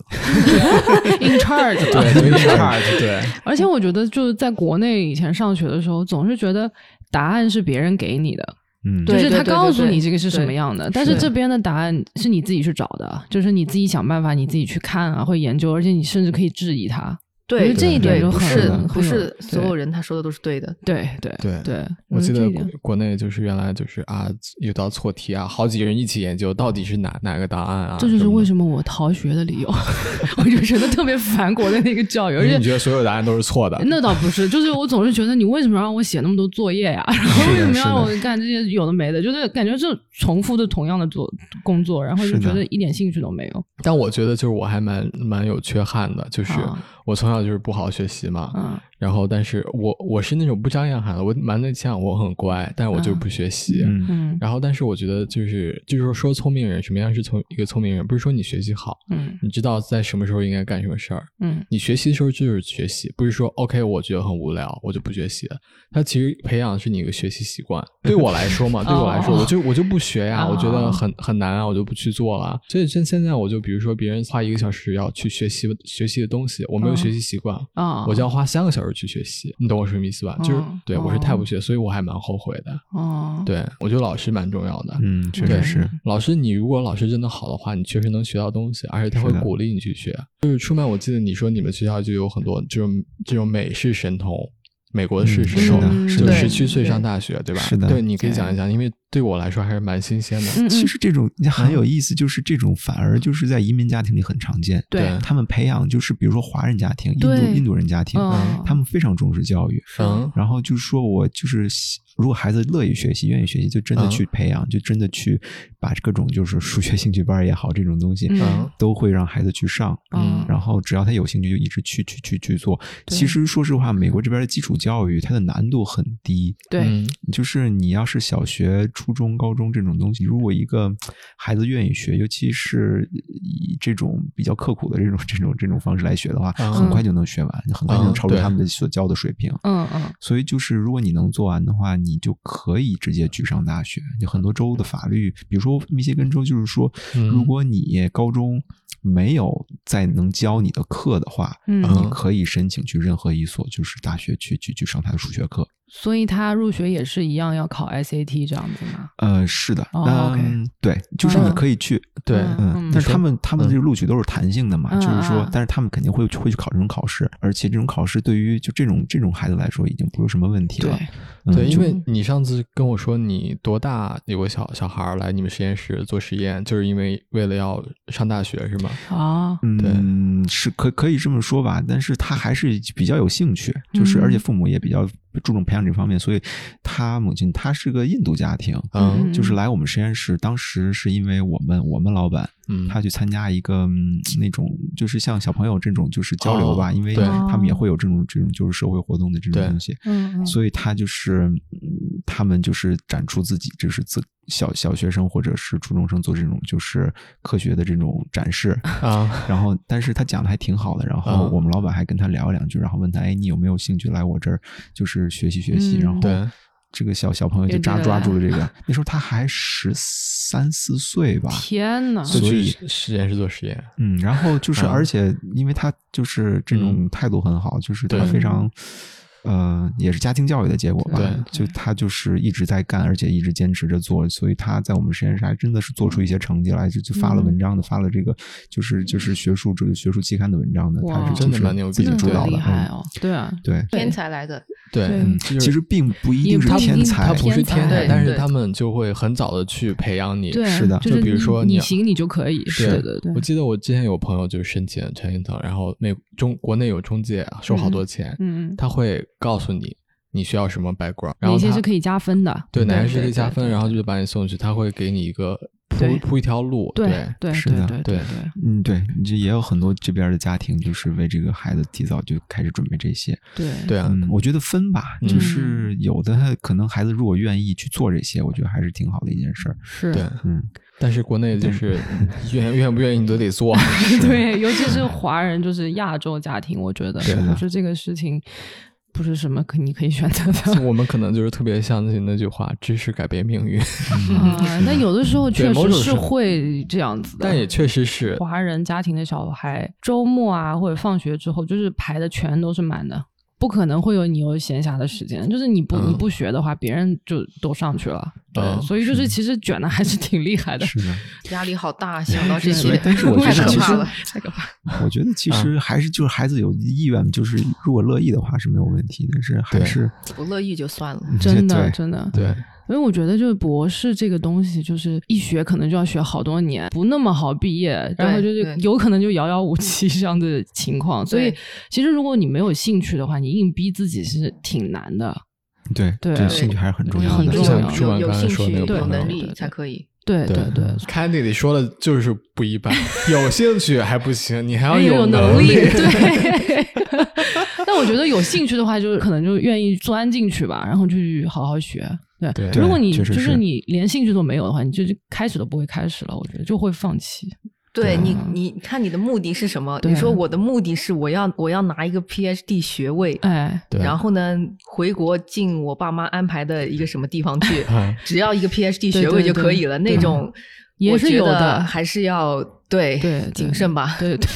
in charge， 对 in charge， 对。 而且我觉得就是在国内以前上学的时候，总是觉得答案是别人给你的。 嗯， 就是他告诉你这个是什么样的，但是这边的答案是你自己去找的，就是你自己想办法，你自己去看啊，会研究，而且你甚至可以质疑它。 对， 这一点就不是不是所有人他说的都是对的。 对对对对， 我记得国内就是原来就是啊，遇到错题啊，好几个人一起研究到底是哪哪个答案啊。 这就是为什么我逃学的理由。我就觉得特别烦国内那个教育，而且你觉得所有答案都是错的？ 那倒不是，就是我总是觉得你为什么让我写那么多作业呀？然后为什么让我干这些有的没的？就是感觉是重复的同样的做工作，然后就觉得一点兴趣都没有。 但我觉得就是我还蛮蛮有缺憾的，就是我从小就是不好好学习嘛， 嗯， 然后但是我我是那种不张扬喊的，我蛮内向，我很乖，但是我就是不学习， 嗯， 然后但是我觉得就是就是说聪明人什么样是聪一个聪明人，不是说你学习好， 嗯， 你知道在什么时候应该干什么事儿， 嗯， 你学习的时候就是学习，不是说 OK 我觉得很无聊我就不学习了，它其实培养的是你一个学习习惯。对我来说嘛，对我来说，我就我就不学呀，我觉得很很难啊，我就不去做了。所以现现在我就比如说别人花一个小时要去学习学习的东西，我没有学习习惯啊， 我就要花三个小时去学习，你懂我什么意思吧？就是对我是太不学，所以我还蛮后悔的。 哦， 对，我觉得老师蛮重要的。 嗯，确实是。 老师，你如果老师真的好的话，你确实能学到东西，而且他会鼓励你去学。就是出曼，我记得你说你们学校就有很多这种这种美式神童。美国式神童， 嗯、 就十七岁上大学，对吧？ 是的， 对，你可以讲一讲，因为对我来说还是蛮新鲜的。 嗯、 其实这种很有意思，就是这种反而就是在移民家庭里很常见。 对， 他们培养就是比如说华人家庭、印度印度人家庭， 嗯、 他们非常重视教育。 嗯， 然后就是说我就是如果孩子乐意学习、愿意学习，就真的去培养，嗯、就真的去把各种就是数学兴趣班也好，这种东西， 嗯、 都会让孩子去上。 嗯， 然后只要他有兴趣，就一直去去去去做。其实说实话，美国这边的基础教育它的难度很低。 对， 嗯、 就是你要是小学、初中、高中这种东西，如果一个孩子愿意学，尤其是以这种比较刻苦的这种这种这种方式来学的话， 嗯、 很快就能学完，很快就能超出他们的所教的水平。 嗯嗯。 所以就是如果你能做完的话，你就可以直接去上大学。有很多州的法律，比如说密歇根州，就是说， 嗯、 如果你高中没有再能教你的课的话， 嗯， 你可以申请去任何一所就是大学去去去上他的数学课。 所以他入学也是一样要考 S A T 这样子吗？ 呃，是的， 哦、 嗯， okay 对，就是你可以去， 嗯、对， 嗯，但是他们他们这个录取都是弹性的嘛， 嗯、 就是说， 嗯、 但是他们肯定会会去考这种考试，而且这种考试对于就这种这种孩子来说已经不是什么问题了。 对， 嗯、 对，因为你上次跟我说你多大有个小小孩来你们实验室做实验，就是因为为了要上大学是吗？ 啊， 嗯，是可可以这么说吧，但是他还是比较有兴趣，就是而且父母也比较注重培养这方面，所以他母亲他是个印度家庭， 嗯， 就是来我们实验室，当时是因为我们我们老板， 嗯， 他去参加一个、嗯、那种就是像小朋友这种就是交流吧， 哦、 因为他们也会有这种这种就是社会活动的这种东西， 嗯， 所以他就是嗯他们就是展出自己就是自小小学生或者是初中生做这种就是科学的这种展示啊， 然后但是他讲的还挺好的，然后我们老板还跟他聊两句，然后问他，哎，你有没有兴趣来我这儿就是学习学习？ 嗯、 然后对这个小小朋友就抓抓住了这个，那时候他还十三四岁吧， 天哪！ 所以实验室做实验， 嗯，然后就是啊、 而且因为他就是这种态度很好，嗯、就是他非常。呃，也是家庭教育的结果吧。 对， 就他就是一直在干，而且一直坚持着做，所以他在我们实验室还真的是做出一些成绩来，就就发了文章的，嗯、发了这个就是就是学术这个学术期刊的文章的，他是真的蛮牛逼， 自己主导的， 厉害哦，对啊， 对， 天才来的， 对， 嗯，其实并不一定是天才， 他不是天才，但是他们们就会很早的去培养你， 对， 是的， 就比如说你行你就可以， 是的，对。 我记得我之前有朋友就是申请陈英腾，然后美中国内有中介收好多钱， 嗯， 他会告诉你。 你需要什么 background， 哪些是可以加分的， 对，哪些是可以加分，然后就把你送去，他会给你一个铺铺一条路， 对对， 是的， 对对对， 嗯，对，这也有很多这边的家庭就是为这个孩子提早就开始准备这些， 对对啊、 嗯，我觉得分吧， 嗯、 就是有的可能孩子如果愿意去做这些，我觉得还是挺好的一件事儿， 是， 对， 嗯。 但是国内就是愿愿不愿意你都得做， 对，尤其是华人，就是亚洲家庭，我觉得就是这个事情不是什么可你可以选择的。 我们可能就是特别相信那句话，知识改变命运。 啊，那有的时候确实是会这样子的， 但也确实是华人家庭的小孩，周末啊或者放学之后，就是排的全都是满的。不可能会有你有闲暇的时间，就是你不、嗯、你不学的话，别人就都上去了。对， 嗯、 所以就是其实卷的还是挺厉害的。 是的， 压力好大，想到这些， 但是我觉得其实太可怕。 我觉得其实还是就是孩子有意愿，就是如果乐意的话是没有问题，但是还是不乐意就算了。 真的真的对。 因为我觉得就是博士这个东西，就是一学可能就要学好多年，不那么好毕业，然后就是有可能就遥遥无期这样的情况。所以其实如果你没有兴趣的话，你硬逼自己是挺难的。 对对， 这兴趣还是很重要的， 很重要。 有有兴趣、有能力才可以。 对对对 ，Candy 里说的就是不一般，有兴趣还不行，你还要有能力。对。但我觉得有兴趣的话，就可能就愿意钻进去吧，然后去好好学。对， 对如果你就是你连兴趣都没有的话，你就开始都不会开始了，我觉得就会放弃。 对你，你看你的目的是什么？你说我的目的是我要我要拿一个 P H D 学位， 哎， 然后呢回国进我爸妈安排的一个什么地方去，只要一个 P H D 学位就可以了， 对对对那种也是有的， 还是要对对谨慎吧， 对对。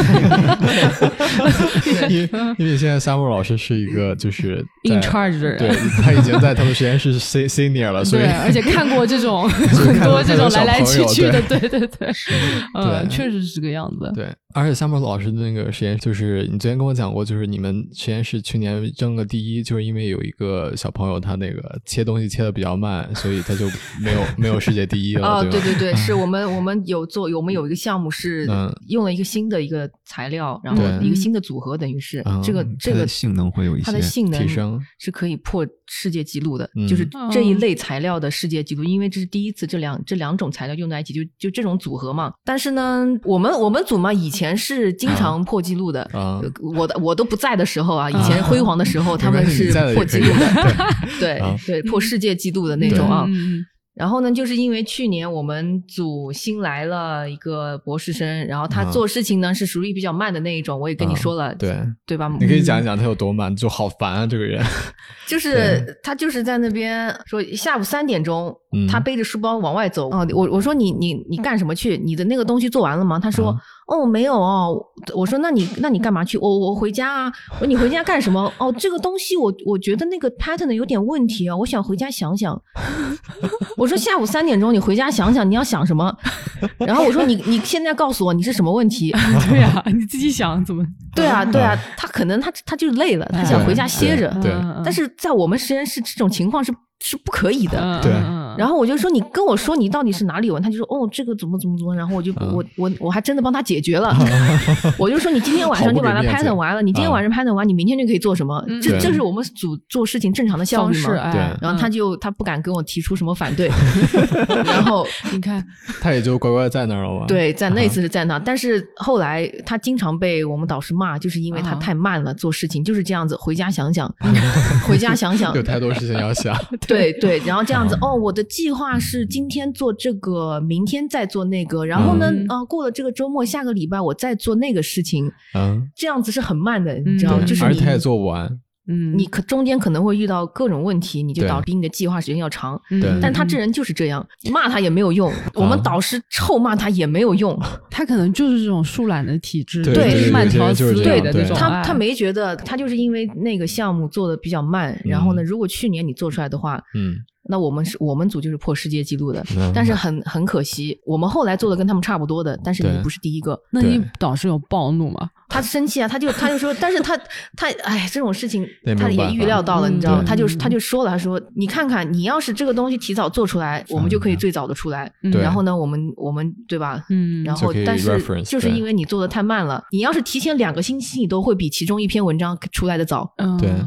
因为因为现在 Summer 老师是一个就是 in charge 的人， 对，他已经在他们实验室 senior 了，所以对，而且看过这种很多这种来来去去的，对对对，嗯，确实是这个样子。 对，而且 Summer 老师的那个实验，就是你昨天跟我讲过，就是你们实验室去年争了第一，就是因为有一个小朋友他那个切东西切的比较慢，所以他就没有没有世界第一了。 哦， 对对对对，是我们我们有做，我们有一个项目是用了一个新的一个材料，然后一个新的组合，等于是这个这个性能会有一些它的性能提升， 是可以破世界纪录的， 嗯、 就是这一类材料的世界纪录，因为这是第一次这两这两种材料用在一起，就就这种组合嘛。但是呢，我们我们组嘛以前是经常破纪录的， 啊、 我的我都不在的时候啊，以前辉煌的时候，他们是破纪录的，对、啊、对，破世界纪录的那种啊。然后呢，就是因为去年我们组新来了一个博士生，然后他做事情呢、嗯、是属于比较慢的那一种，我也跟你说了， 嗯、对对吧？ 你可以讲一讲他有多慢，就好烦啊，这个人。 就是他就是在那边说下午三点钟， 嗯、 他背着书包往外走。哦，我我说你你你干什么去？你的那个东西做完了吗？他说。嗯哦，没有哦。我说那你那你干嘛去？我我回家啊。我说你回家干什么？哦，这个东西我我觉得那个 pattern 有点问题啊，我想回家想想。我说下午三点钟你回家想想，你要想什么？然后我说你你现在告诉我你是什么问题？ 对啊，你自己想怎么？ 对啊对啊，他可能他他就累了，他想回家歇着。 对， 但是在我们实验室这种情况是。是不可以的， 对。 然后我就说你跟我说你到底是哪里有问题，他就说哦这个怎么怎么怎么，然后我就、嗯、我我我还真的帮他解决了。我就说你今天晚上就把它 pattern 完了，你今天晚上 pattern 完，你明天就可以做什么？ 嗯、 这这是我们组做事情正常的效率嘛？ 对。 然后他就他不敢跟我提出什么反对，然后你看他也就乖乖在那儿了嘛。 对，在那次是在那，啊、但是后来他经常被我们导师骂，就是因为他太慢了，做事情就是这样子，回家想想，回家想想， 有太多事情要想。 对对，然后。这样子哦，我的计划是今天做这个，明天再做那个，然后呢，啊、嗯呃，过了这个周末，下个礼拜我再做那个事情，嗯，这样子是很慢的，你知道吗？就是而且他也做不完， 嗯，你可中间可能会遇到各种问题，你就导致你的计划时间要长， 对。 但他这人就是这样，骂他也没有用，我们导师臭骂他也没有用， 他可能就是这种疏懒的体质， 对， 慢条斯理的那种。 他他没觉得，他就是因为那个项目做的比较慢，然后呢，如果去年你做出来的话，嗯。那我们是我们组就是破世界纪录的，嗯、但是很很可惜，我们后来做的跟他们差不多的，但是你不是第一个。 那你导师有暴怒吗？ 他生气啊，他就他就说，但是他他哎，这种事情他也预料到了，你知道吗？他就他就说了，他说你看看，你要是这个东西提早做出来，我们就可以最早的出来。嗯、然后呢，我们我们对吧？嗯。然后但是就是因为你做的太慢了，你要是提前两个星期，你都会比其中一篇文章出来的早。 对。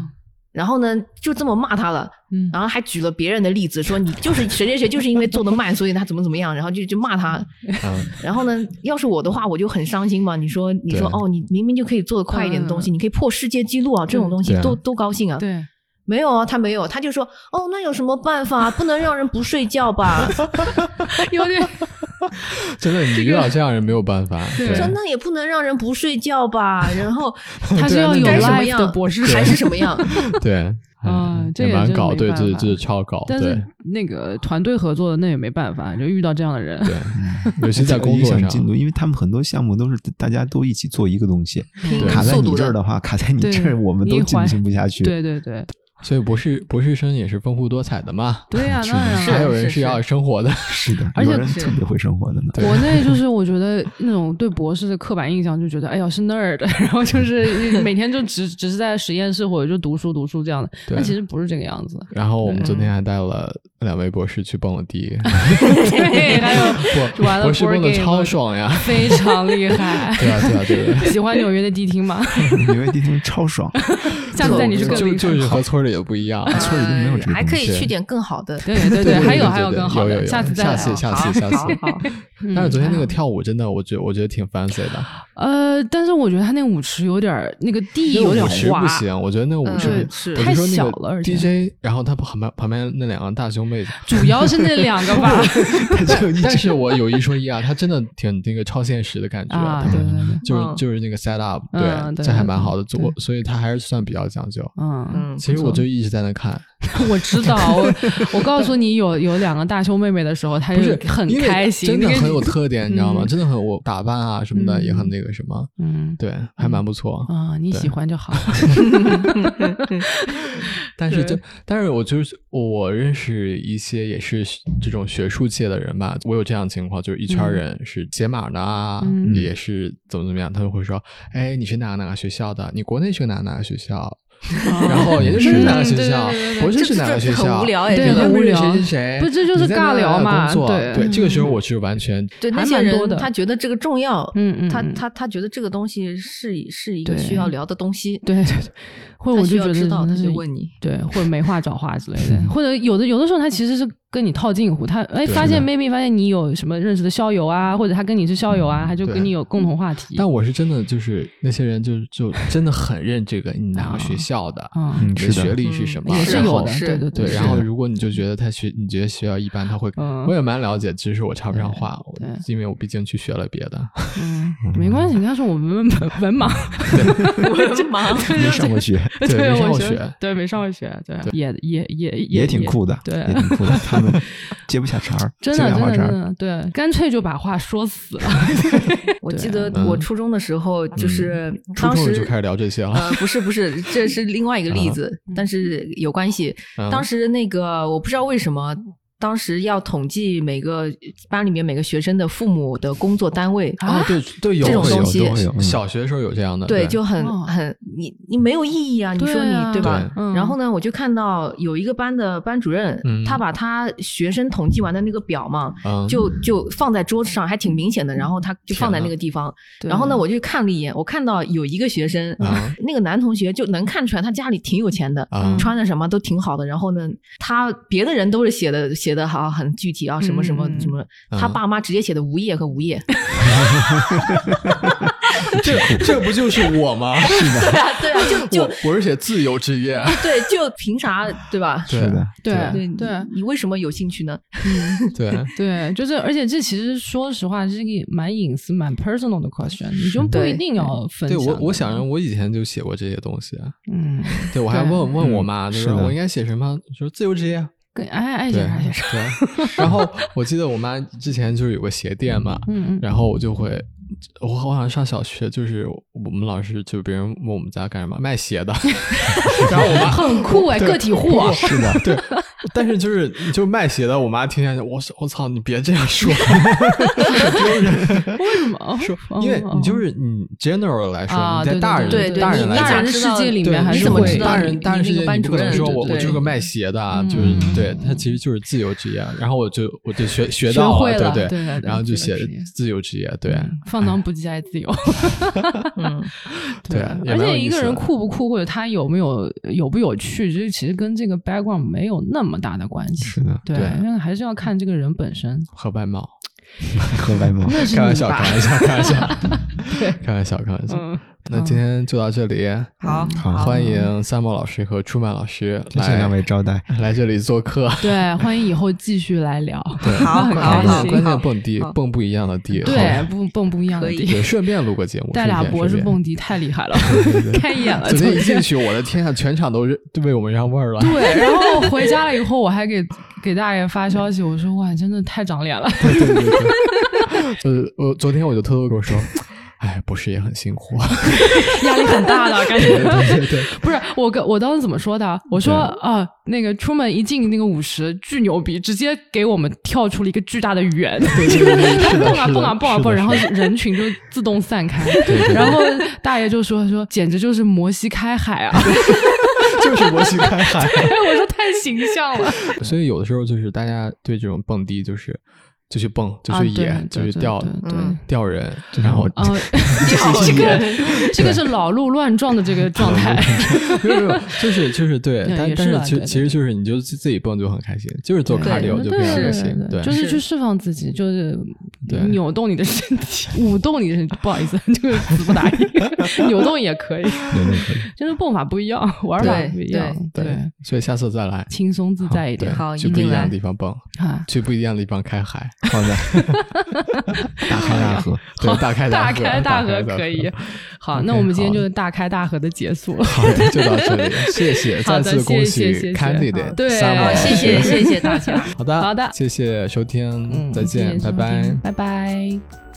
然后呢就这么骂他了，嗯，然后还举了别人的例子说你就是谁谁谁就是因为做的慢所以他怎么怎么样，然后就就骂他、嗯、然后呢要是我的话我就很伤心嘛，你说你说哦你明明就可以做得快一点的东西、嗯、你可以破世界纪录啊，这种东西多多高兴啊。 对， 没有啊，他没有，他就说哦那有什么办法，不能让人不睡觉吧有点真的你遇到这样人没有办法，对， 说那也不能让人不睡觉吧，然后他是要有 life 的博士还是什么样对啊，这也蛮搞，对，这这超搞， 但是那个团队合作的那也没办法，就遇到这样的人， 对，尤其在工作上进度，因为他们很多项目都是大家都一起做一个东西，卡在你这儿的话，卡在你这儿，我们都进行不下去， 对对对。 所以博士博士生也是丰富多彩的嘛， 对呀、啊，当然还有人是要生活的， 是的， 而且有人特别会生活的呢。 国内就是我觉得那种对博士的刻板印象，就觉得哎呀是 nerd， 然后就是每天就只只是在实验室或者就读书读书这样的，但其实不是这个样子。 然后我们昨天还带了两位博士去蹦了迪， 对，还有玩了博士蹦的超爽呀， 非常厉害。 对啊对啊对啊， 喜欢纽约的迪厅吗？ 纽约迪厅超爽， 下次带你去更就就是和村里也不一样。 村里都没有这个， 还可以去点更好的， 对对对，还有还有更好的，下次再下次下次下次。但是昨天那个跳舞真的，我觉得我觉得挺 fancy 的。 呃，但是我觉得他那个舞池有点那个地有点滑， 不行，我觉得那个舞池是太小了，而且 D J， 然后他旁边旁边那两个大胸妹子， 主要是那两个吧。 但是我有一说一啊，他真的挺那个超现实的感觉， 啊， 他们就是就是那个 set up， 对，这还蛮好的，做，所以他还是算比较讲究。 嗯， 其实我就一直在那看。 我知道，我我告诉你，有有两个大胸妹妹的时候，她就很开心， 真的很有特点，你知道吗？真的很，我打扮啊什么的也很那个什么，嗯，对，还蛮不错啊，你喜欢就好。 但是就，但是我就是我认识一些也是这种学术界的人吧，我有这样的情况，就是一圈人是解码的啊，也是怎么怎么样，他就会说，哎，你是哪个哪个学校的？你国内是哪个哪个学校？然后研究生是哪个学校，博士是哪个学校， 很无聊哎， 对，很无聊。 谁谁谁， 不，这就是尬聊嘛。 对对，这个时候我是完全对那些人，他觉得这个重要， 嗯嗯， 他他他觉得这个东西是是一个需要聊的东西， 对对对，或者我就觉得知道他就问你， 对，或者没话找话之类的，或者有的有的时候他其实是跟你套近乎，他哎发现 maybe 发现你有什么认识的校友啊，或者他跟你是校友啊，他就跟你有共同话题。 但我是真的就是那些人就就真的很认这个你哪个学校的， 嗯， 你的学历是什么， 也是有的，对对对。然后如果你就觉得他学你觉得学校一般，他会我也蛮了解，只是我插不上话，因为我毕竟去学了别的。 嗯，没关系，你要说我们文文盲， 文盲没上过学， 对，没上过学， 对，没上过学，对，也也也也挺酷的， 对， 也挺酷的。他们接不下茬儿， 真的真的真的，对，干脆就把话说死了。 我记得我初中的时候，就是当时就开始聊这些了。 呃，不是不是，这是另外一个例子，但是有关系。当时那个我不知道为什么。当时要统计每个班里面每个学生的父母的工作单位啊，对对，有这种东西， 小学的时候有这样的， 对，就很很你你没有意义啊，你说你对吧？然后呢，我就看到有一个班的班主任，他把他学生统计完的那个表嘛，就就放在桌子上，还挺明显的，然后他就放在那个地方。然后呢，我就看了一眼，我看到有一个学生，那个男同学就能看出来他家里挺有钱的，穿的什么都挺好的。然后呢，他别的人都是写的写。写的好很具体啊，什么什么什么，嗯、他爸妈直接写的无业和无业。 这这不就是我吗？ 是的，对啊，对啊，就就我我是写自由职业， 对，就凭啥，对吧？ 是的， 对对对， 你为什么有兴趣呢？ 嗯， 对对，就是，而且这其实说实话是一个蛮隐私、蛮 personal 的 question， 你就不一定要分享。 对我，我想着我以前就写过这些东西， 嗯， 对我还问问我妈，就是我应该写什么？说自由职业。 跟爱爱写啥写啥， 对。然后我记得我妈之前就是有个鞋店嘛， 嗯嗯， 然后我就会，我好像上小学，就是我们老师就别人问我们家干什么，卖鞋的，然后我妈很酷哎，个体户啊， 是的，对。 但是就是就卖鞋的，我妈听见我我操，你别这样说，很丢人。 为什么？ 说，因为你就是你 general 来说， 啊、 你在大人对对对大人来讲， 大人的世界里面还是会会大人大人世界你不可能说我对我就是个卖鞋的，啊，就是对他其实就是自由职业。然后我就我就学学到了， 对不对？ 对， 然后就写自由职业，对， 放荡不羁爱自由。 嗯， 对， 而且一个人酷不酷或者他有没有有不有趣，这其实跟这个 background 没有那么大的关系。 是的， 对，因为还是要看这个人本身和外貌。 和外貌， 开玩笑，开玩笑，开玩笑， 对， 开玩笑，开玩笑。 嗯， 那今天就到这里， 好， 好，欢迎三毛老师和出曼老师谢谢两位招待， 来这里做客。 对，欢迎以后继续来聊。 对， 好， 很好， 开心。 关键蹦迪，蹦不一样的迪， 对，蹦蹦不一样的迪， 对，顺便录个节目， 带俩博士蹦迪太厉害了，开眼了。 昨天一进去，我的天啊，全场都都为我们让位了。 对，然后回家了以后，我还给给大爷发消息，我说哇，真的太长脸了。 对对对对。呃，我昨天我就偷偷跟我说，哎，博士也很辛苦， 压力很大的感觉。 对对对对， 不是我跟我当时怎么说的？我说啊，那个出门一进那个五十巨牛逼，直接给我们跳出了一个巨大的圆，他蹦啊蹦啊蹦啊蹦，然后人群就自动散开。然后大爷就说说，简直就是摩西开海啊！ 就是摩西开海。 我说太形象了。 所以有的时候就是大家对这种蹦迪就是就去蹦，就去野， 啊、 就去钓， 对钓人，然后啊，这个这个是老路乱撞的这个状态， 没有没有，就是就是对，但但是其实其实就是你就自己蹦就很开心，就是做 cardio 就非常开心，对， 就是去释放自己，就是扭动你的身体，舞动你的身体，不好意思，这个词不达意，扭动也可以， 扭动可以， 就是蹦法不一样，玩法不一样，对， 所以下次再来， 轻松自在一点， 好， 去不一样的地方蹦，去不一样的地方开海。 好的，大开大合， 对，大开大合， 开大合可以。好，那我们今天就是大开大合的结束了。 好的，就到这里，谢谢，再次恭喜 Candidate， 对， 谢谢谢谢大家。 好的， 好的， 谢谢收听，再见，拜拜， 拜拜。